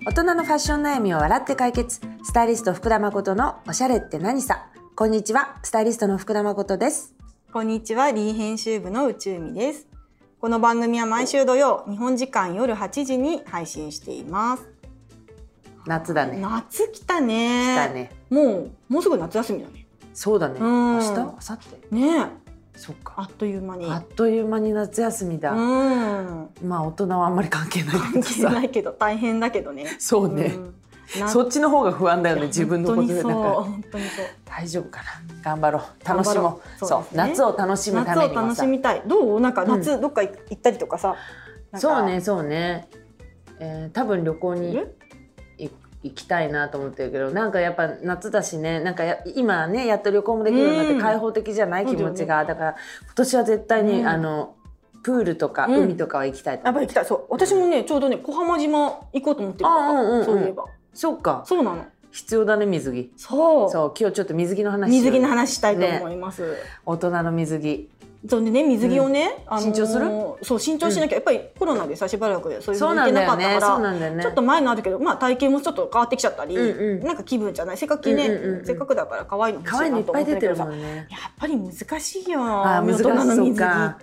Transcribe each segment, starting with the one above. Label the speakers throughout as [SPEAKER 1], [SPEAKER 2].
[SPEAKER 1] 大人のファッション悩みを笑って解決、スタイリスト福田誠のおしゃれって何さ。こんにちは、スタイリストの福田誠です。
[SPEAKER 2] こんにちは、リー編集部の宇宙美です。この番組は毎週土曜、日本時間夜8時に配信しています。
[SPEAKER 1] 夏だね。
[SPEAKER 2] 夏来たね。
[SPEAKER 1] 来たね。
[SPEAKER 2] もうすぐ夏休みだね。
[SPEAKER 1] そうだね。明日、明後日。
[SPEAKER 2] ねえ。
[SPEAKER 1] そっか。
[SPEAKER 2] あっという間に。
[SPEAKER 1] あっという間に夏休みだ。まあ大人はあんまり関係ないけどさ。
[SPEAKER 2] 関係ないけど大変だけどね。
[SPEAKER 1] そうね。そっちの方が不安だよね、自分のことで。
[SPEAKER 2] 本当にそう。
[SPEAKER 1] 大丈夫かな。頑張ろう。楽しもう。そう、夏を楽しむためにもさ。
[SPEAKER 2] 夏を楽しみたい。どう？なんか夏どっか行ったりとかさ。
[SPEAKER 1] そうね、そうね。多分旅行に行きたいなと思ってるけど、なんかやっぱ夏だしね、なんか今ねやっと旅行もできるようになって開放的じゃない気持ちが、だから今年は絶対にプールとか海とかは行きたい。
[SPEAKER 2] やっぱり行きたい。そう。私もねちょうどね小浜島行こうと思ってるから。そういえば。
[SPEAKER 1] そうか。
[SPEAKER 2] そうなの。
[SPEAKER 1] 必要だね、水着。
[SPEAKER 2] そう。
[SPEAKER 1] そう、今日ちょっと水着の話。
[SPEAKER 2] 水着の話したいと思います。
[SPEAKER 1] 大人の水着。
[SPEAKER 2] そうでね、水着をね、
[SPEAKER 1] 新調する？
[SPEAKER 2] そう、新調しなきゃ、やっぱりコロナでさ、しばらくそういうの行ってなかったから、ちょっと前のあるけど、まあ体型もちょっと変わってきちゃったり、なんか気分じゃない。せっかくね、せっかくだから可愛いの欲しいなと思ってるけどさ、やっぱり難しいよ。大人の水着って。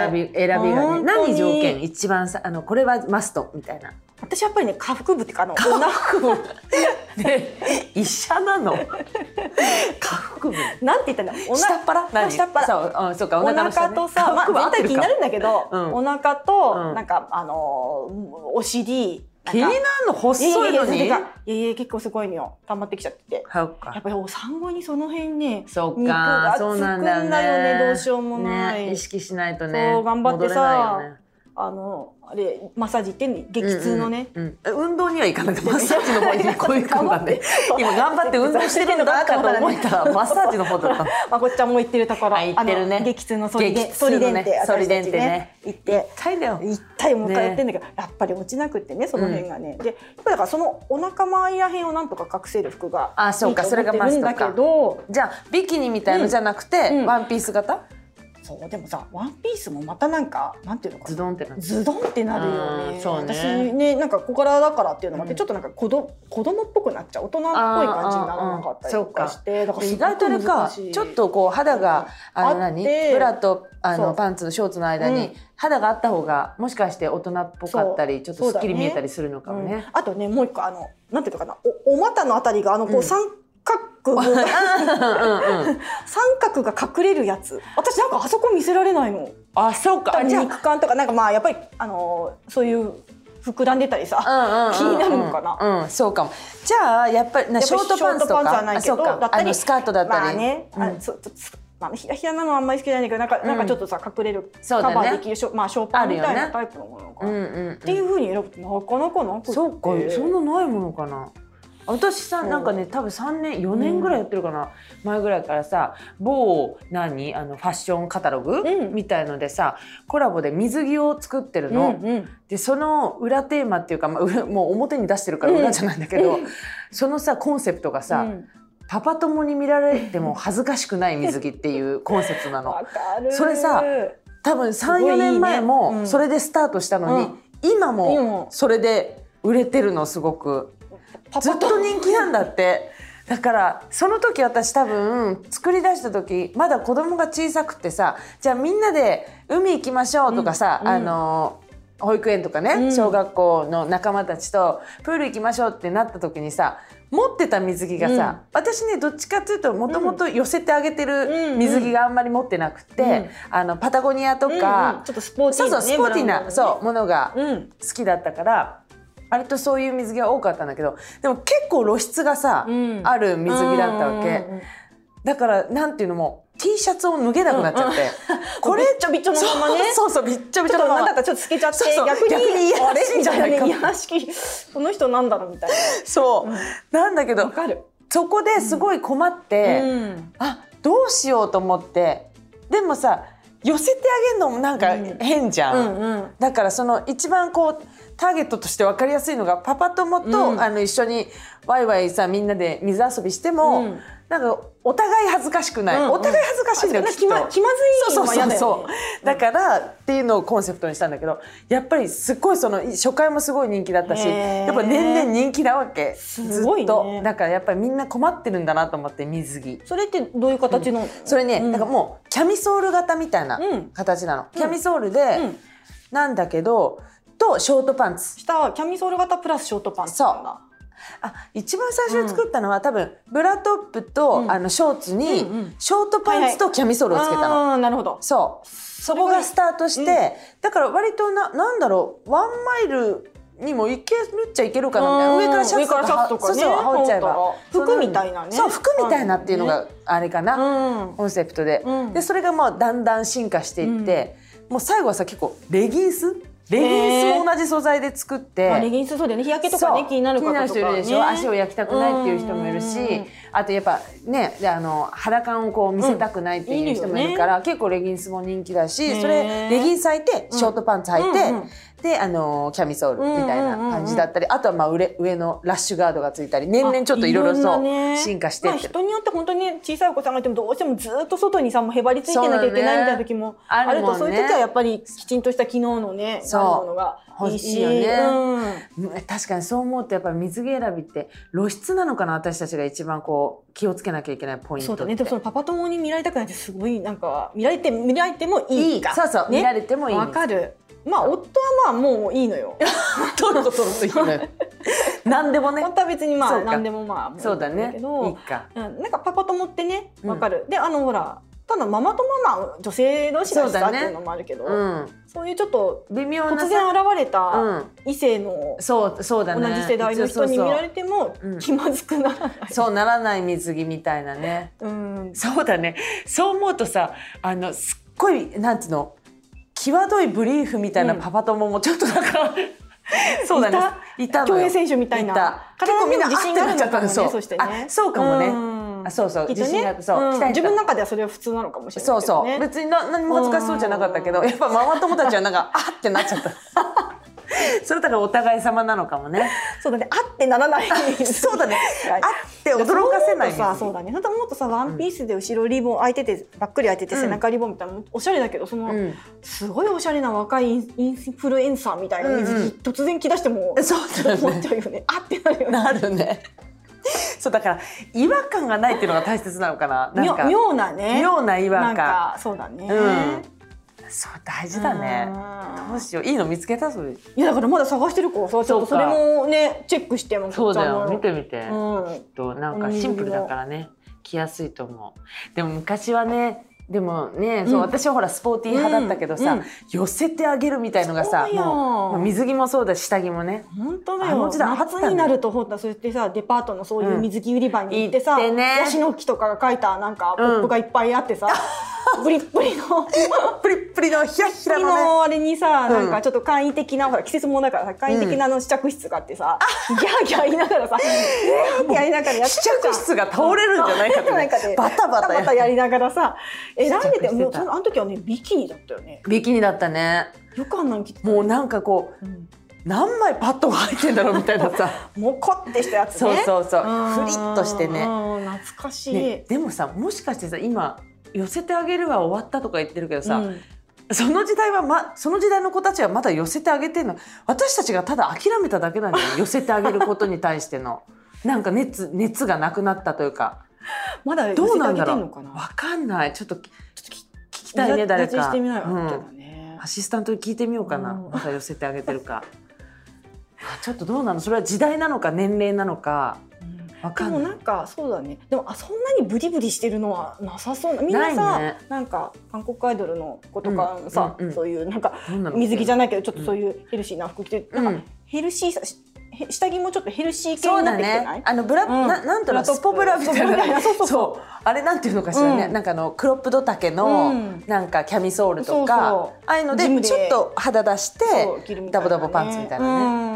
[SPEAKER 2] 選びがね。
[SPEAKER 1] 何条件？一番さ、これはマストみたいな。
[SPEAKER 2] 私やっぱりね、下腹部っていうか
[SPEAKER 1] 下腹部ね、医者なの。下腹部
[SPEAKER 2] なんて言ったんだ、
[SPEAKER 1] 下っ腹？
[SPEAKER 2] 下っ腹。
[SPEAKER 1] そうか、お
[SPEAKER 2] 腹とさ、まあ全体気になるんだけど、お腹となんかお尻。
[SPEAKER 1] 気になるの？細いのに？
[SPEAKER 2] いや結構すごいのよ。溜まってきちゃってて。やっぱり産後にその辺ね、肉がつくんだよね。どうしようもない。
[SPEAKER 1] 意識しないとね。
[SPEAKER 2] そう頑張ってさ。あれマッサージ行ってんね、激痛のね。
[SPEAKER 1] 運動には行かなくてマッサージの方にこういう感じだね。今頑張って運動してるんだかと思ったらマッサージの方だった。
[SPEAKER 2] まこっちゃんも行ってるところ。
[SPEAKER 1] 行ってるね。
[SPEAKER 2] 激痛のソリデンテね。行って
[SPEAKER 1] 痛いんだよ。
[SPEAKER 2] 痛いもう通ってんだけど、やっぱり落ちなくってね、その辺がね。で、やっぱだからそのお腹周りら辺をなんとか隠せる服がいいと思ってるんだけど、
[SPEAKER 1] じゃあビキニみたいのじゃなくてワンピース型？
[SPEAKER 2] そうでもさ、ワンピースもまたなんかなんていうのかな、
[SPEAKER 1] ズドン
[SPEAKER 2] ってなるよね。
[SPEAKER 1] そうね。
[SPEAKER 2] 私ね、なんか小柄だからっていうのもあって、ちょっとなんか子供っぽくなっちゃう、大人っぽい感じにならなかったりとかして、だから
[SPEAKER 1] 意外とあれか、ちょっとこう肌がブラとパンツのショーツの間に肌があった方がもしかして大人っぽかったり、ちょっとすっきり見えたりするのかもね。
[SPEAKER 2] あとね、もう一個なんていうのかな、お股のあたりがこう三角が隠れるやつ。私なんかあそこ見せられないの。
[SPEAKER 1] あ、そうか。
[SPEAKER 2] 肉感とかなんかまあやっぱりそういう膨らんでたりさ、気になるのかな。
[SPEAKER 1] そうかも。じゃあやっぱりショートパンツとか、
[SPEAKER 2] そうか、だったり
[SPEAKER 1] スカートだったり、
[SPEAKER 2] まあね、ひらひらなのはあんまり好きじゃないけど、なんかちょっとさ隠れるカバーできるショーパンみたいなタイプのものかなっていう風に選ぶとなかなかなくて。
[SPEAKER 1] そうか、そんなないものかな。私さ、なんかね、多分3年4年ぐらいやってるかな、前ぐらいからさ、某ファッションカタログ、みたいのでさ、コラボで水着を作ってるの。でその裏テーマっていうか、もう表に出してるから裏じゃないんだけど、そのさコンセプトがさ、パパ友に見られても恥ずかしくない水着っていうコンセプトなの。それさ、多分 3,4 年前もそれでスタートしたのに、今もそれで売れてるの。すごくずっと人気なんだって。だからその時私多分作り出した時まだ子供が小さくてさ、じゃあみんなで海行きましょうとかさ、保育園とかね、小学校の仲間たちとプール行きましょうってなった時にさ、持ってた水着がさ、私ねどっちかっていうともともと寄せてあげてる水着があんまり持ってなくて、パタゴニアとか
[SPEAKER 2] ちょっとスポーティー
[SPEAKER 1] なものが好きだったから。割とそういう水着が多かったんだけど、でも結構露出がさ、ある水着だったわけ。だからなんていうのも T シャツを脱げなくなっちゃって、
[SPEAKER 2] これびっちょびちょのままね。
[SPEAKER 1] そうびっちょびちょのまま。
[SPEAKER 2] なんだかちょっと透けちゃって逆にあれみたいなね、いやらしきこの人なんだろうみたいな。
[SPEAKER 1] そうなんだけど、そこですごい困って、どうしようと思って、でもさ寄せてあげるのもなんか変じゃん。だからその一番こうターゲットとして分かりやすいのがパパ友と、一緒にワイワイさみんなで水遊びしても、 なんかお互い恥ずかしくない、お互い恥ずかしいんだよ、きっと
[SPEAKER 2] 気まずいのは嫌だよね。
[SPEAKER 1] だからっていうのをコンセプトにしたんだけど、やっぱりすっごいその初回もすごい人気だったし、やっぱ年々人気なわけ、ずっと。だからやっぱりみんな困ってるんだなと思って、水着。
[SPEAKER 2] それってどういう形の？
[SPEAKER 1] それね、なんかもうキャミソール型みたいな形なの。キャミソールでなんだけど、とショートパンツ。
[SPEAKER 2] 下キャミソール型プラスショートパンツなんだ。
[SPEAKER 1] 一番最初に作ったのは、多分ブラトップと、ショーツに、ショートパンツとキャミソールをつけたの。
[SPEAKER 2] なるほど。
[SPEAKER 1] そこがスタートして、だから割となんだろう、ワンマイルにもいけるっちゃいけるかなみたいな。上からシャツとかね、羽織っちゃえば
[SPEAKER 2] 服みたいなね。
[SPEAKER 1] そう、服みたいなっていうのがあれかな、コンセプトで。でそれがもうだんだん進化していって、もう最後はさ、結構レギンスも同じ素材で作って、
[SPEAKER 2] レギンスそうだよね、日焼けとかね、気になる方とかね、
[SPEAKER 1] 人いるでしょ。足を焼きたくないっていう人もいるし、あとやっぱね、肌感をこう見せたくないっていう人もいるから、結構レギンスも人気だし、それレギンス履いてショートパンツ履いて、でキャミソールみたいな感じだったり、あとはまあ上のラッシュガードがついたり、年々ちょっといろいろそう進化してって。
[SPEAKER 2] 人によって本当に小さいお子さんがいてもどうしてもずっと外にさ、もうへばりついてなきゃいけないみたいな時もあると、そういう時はやっぱりきちんとした機能のね、あるものがいいし。
[SPEAKER 1] 確かにそう思うと、やっぱり水着選びって露出なのかな、私たちが一番こう気をつけなきゃいけないポイントって。
[SPEAKER 2] そうだね。でもそのパパ友に見られたくないってすごい、なんか見られてもいいか。
[SPEAKER 1] そう、見られてもいい。
[SPEAKER 2] わかる。まあ夫はまあもういいのよ。
[SPEAKER 1] どういうこといいのよ。何でもね。
[SPEAKER 2] 本当は別にまあ何でもまあ
[SPEAKER 1] そうだね。いいか。
[SPEAKER 2] なんかパパ友ってね、わかる。でほら、ただママ友は女性同士だしさっていうのもあるけど、そういうちょっと微妙な突然現れた異性の同じ世代の人に見られても気まずくならない。
[SPEAKER 1] そうならない水着みたいなね。そうだね。そう思うとさ、すっごいなんていうの、際どいブリーフみたいなパパ友もちょっとなんかそうだね、いたのよ。
[SPEAKER 2] 競泳選手みたいな。
[SPEAKER 1] 結構みんな
[SPEAKER 2] 自信があるのかもね。
[SPEAKER 1] そうかもね。そう自信があって、
[SPEAKER 2] 自分の中ではそれは普通なのかもしれないけどね。
[SPEAKER 1] 別に何も恥ずかしそうじゃなかったけど、やっぱママ友たちはなんかあってなっちゃった。それだからお互い様なのかもね。
[SPEAKER 2] そうだね、あってならない。
[SPEAKER 1] そうだね、あって驚かせない。
[SPEAKER 2] そうだね。それともっとさ、ワンピースで後ろリボン開いてて、ばっくり開いてて背中リボンみたいな、おしゃれだけど、そのすごいおしゃれな若いインフルエンサーみたいな水着突然着出してもそう思っちゃうよね。あってなるよね。
[SPEAKER 1] なるね。そうだから違和感がないっていうのが大切なのかな。
[SPEAKER 2] 妙なね。
[SPEAKER 1] 妙な違和感。
[SPEAKER 2] そうだね。
[SPEAKER 1] そう大事だね。どうしよう、いいの見つけたそれ。い
[SPEAKER 2] やだからまだ探してる子、ちょっとそれもねチェックしても。
[SPEAKER 1] そうだよ、見てみて。なんかシンプルだからね、着やすいと思う。でも昔はね。でもね、そう私はほらスポーティー派だったけどさ、寄せてあげるみたいのがさ、もう水着もそうだし下着もね。
[SPEAKER 2] 本当だよ。夏になるとほらそうやってさ、デパートのそういう水着売り場に行ってさ、ヤシの木とかが書いたなんかポップがいっぱいあってさ、プリップリの
[SPEAKER 1] プリップリのヒラヒラのね、
[SPEAKER 2] あれにさ、なんかちょっと簡易的なほら季節もだからさ、簡易的な試着室があってさ、ギャーギャー言いながらさ、ってやりながらやってた。
[SPEAKER 1] 試着室が倒れるんじゃないかってバタバタ
[SPEAKER 2] やりながらさ、選んでて、もうあの時はねビキニだったよね。
[SPEAKER 1] ビキニだったね。
[SPEAKER 2] よくあんなの着てた。
[SPEAKER 1] もうなんかこう何枚パッドが入ってんだろうみたいなさ、
[SPEAKER 2] もこってしたやつね。
[SPEAKER 1] そうフリッとしてね。
[SPEAKER 2] 懐かしい。
[SPEAKER 1] でもさ、もしかしてさ、今寄せてあげるは終わったとか言ってるけどさ、その時代はその時代の子たちはまだ寄せてあげてんの。私たちがただ諦めただけなんだよ。寄せてあげることに対してのなんか熱がなくなったというか。
[SPEAKER 2] まだ寄せてあげてんのかな。
[SPEAKER 1] わかんない。ちょっと聞きたいね、誰か。アシスタントに聞いてみようかな。まだ寄せてあげてるか。ちょっとどうなの。それは時代なのか年齢なのか。
[SPEAKER 2] でもなんかそうだね。でもそんなにブリブリしてるのはなさそうな。みんなさ、なんか韓国アイドルの子とかさ、そういうなんか水着じゃないけどちょっとそういうヘルシーな服着て、なんかヘルシーさ、下着もちょっとヘルシー系になってきてない？
[SPEAKER 1] なんとなくスポブラみたいな。そうあれなんていうのかしらね。なんかクロップド丈のなんかキャミソールとかああいうのでちょっと肌出してダボダボパンツみたいなね。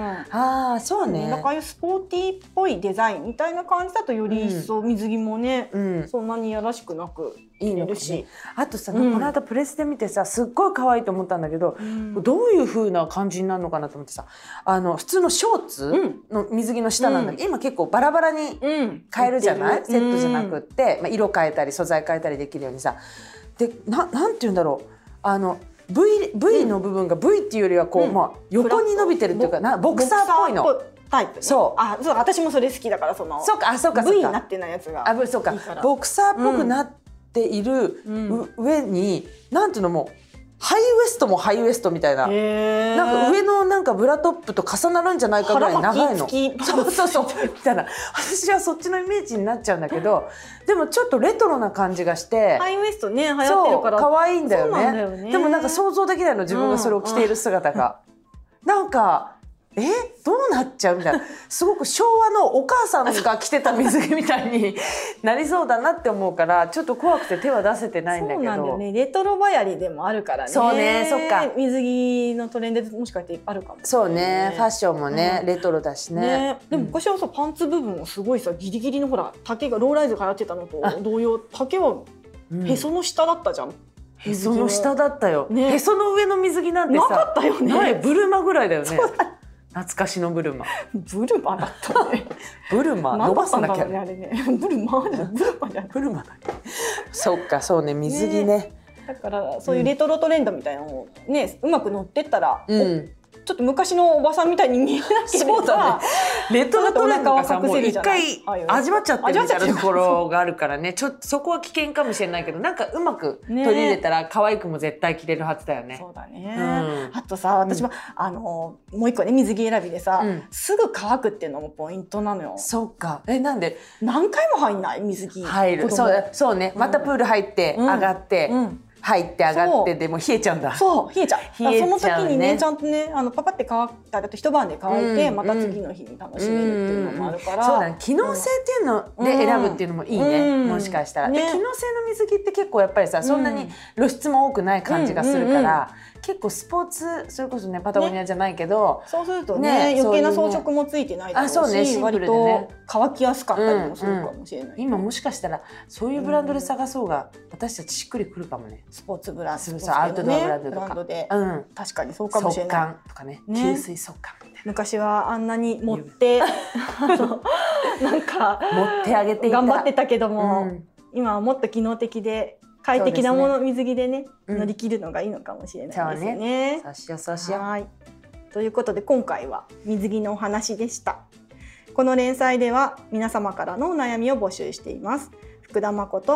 [SPEAKER 1] ああそうね。
[SPEAKER 2] だからああいうスポーティーっぽいデザインみたいな感じだとより一層水着もね、そんなにやらしくなくいいのし、
[SPEAKER 1] あとさ、この間プレスで見てさ、すっごい可愛いと思ったんだけど、どういう風な感じになるのかなと思ってさ、普通のショーツの水着の下なんだけど、今結構バラバラに変えるじゃない、セットじゃなくって、色変えたり素材変えたりできるようにさ、でなんて言うんだろう、V の部分が V っていうよりはこう、横に伸びてるっていうか、ボクサーっぽいの。
[SPEAKER 2] タイプね。そう。私もそれ好きだから、その V になってないやつが。
[SPEAKER 1] そうか。ボクサーっぽくなっている上に、なんていうの、もうハイウエストもハイウエストみたいな、なんか上のなんかブラトップと重なるんじゃないかぐらい長いの。そうみたいな。私はそっちのイメージになっちゃうんだけど、でもちょっとレトロな感じがして、
[SPEAKER 2] ハイウエストね流行ってるから
[SPEAKER 1] 可愛いんだよね。でもなんか想像できないの、自分がそれを着ている姿が。なんかどうなっちゃうみたいな、すごく昭和のお母さんが着てた水着みたいになりそうだなって思うから、ちょっと怖くて手は出せてないんだけど。そうなんだよね。
[SPEAKER 2] レトロ流行りでもあるからね。
[SPEAKER 1] そうね、そっか。
[SPEAKER 2] 水着のトレンドもしかしてあるかも、ね。
[SPEAKER 1] そうね、ファッションもね、レトロだしね。
[SPEAKER 2] でも昔はさ、パンツ部分をすごいさ、ギリギリのほら丈がローライズが流行ってたのと同様、丈はへその下だったじゃん。
[SPEAKER 1] へその下だったよ。へその上の水着なんてさ、
[SPEAKER 2] なかったよね。
[SPEAKER 1] ブルマぐらいだよね。懐かしのブルマ。
[SPEAKER 2] ブルマだったね。
[SPEAKER 1] ブルマ伸ばさなきゃ
[SPEAKER 2] ね、あれね。ブルマじゃん。ブルマじゃん。
[SPEAKER 1] ブルマだ。そっか、そうね、水着ね。
[SPEAKER 2] だからそういうレトロトレンドみたいなのをね、うまく乗ってったら、ちょっと昔のおばさんみたいに見えなければ、そうだね、
[SPEAKER 1] レトロトレンドがさ、もう一回味わっちゃってるみたいなところがあるからね、ちょっとそこは危険かもしれないけど、なんかうまく取り入れたら可愛くも絶対着れるはずだよね。
[SPEAKER 2] そうだね。あとさ、私はもう一個ね、水着選びでさ、すぐ乾くっていうのもポイントなのよ。
[SPEAKER 1] そっか。なんで
[SPEAKER 2] 何回も入んない？水着
[SPEAKER 1] 入る。そうね。またプール入って上がって。入って上がってでも冷えちゃうんだ。
[SPEAKER 2] そう冷えちゃう。その時にね、ちゃんとね、パパって乾いたら一晩で乾いて、また次の日に楽しめるっていうのもあるから。
[SPEAKER 1] そうだね。機能性っていうので選ぶっていうのもいいね。もしかしたら。で機能性の水着って結構やっぱりさ、そんなに露出も多くない感じがするから、結構スポーツ、それこそねパタゴニアじゃないけど、
[SPEAKER 2] そうするとね余計な装飾もついてないだろうし、割と乾きやすかったりもするかもしれない。
[SPEAKER 1] 今もしかしたらそういうブランドで探そうが私たちしっくりくるかもね。
[SPEAKER 2] スポーツブランド、
[SPEAKER 1] アウトドアブランドとか
[SPEAKER 2] で、確かにそうかもしれない。
[SPEAKER 1] 速乾とかね、吸水速乾みたいな。
[SPEAKER 2] 昔はあんなに持ってなんか
[SPEAKER 1] 持ってあげていた、
[SPEAKER 2] 頑張ってたけども、今はもっと機能的で快適なもの、水着でね乗り切るのがいいのかもしれないですね。
[SPEAKER 1] そうしようそうしよう。
[SPEAKER 2] ということで今回は水着のお話でした。この連載では皆様からのお悩みを募集しています。福田誠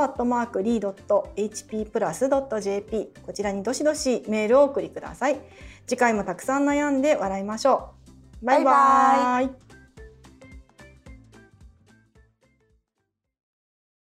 [SPEAKER 2] @ri.hp+.jp こちらにどしどしメールをお送りください。次回もたくさん悩んで笑いましょう。バイバイ。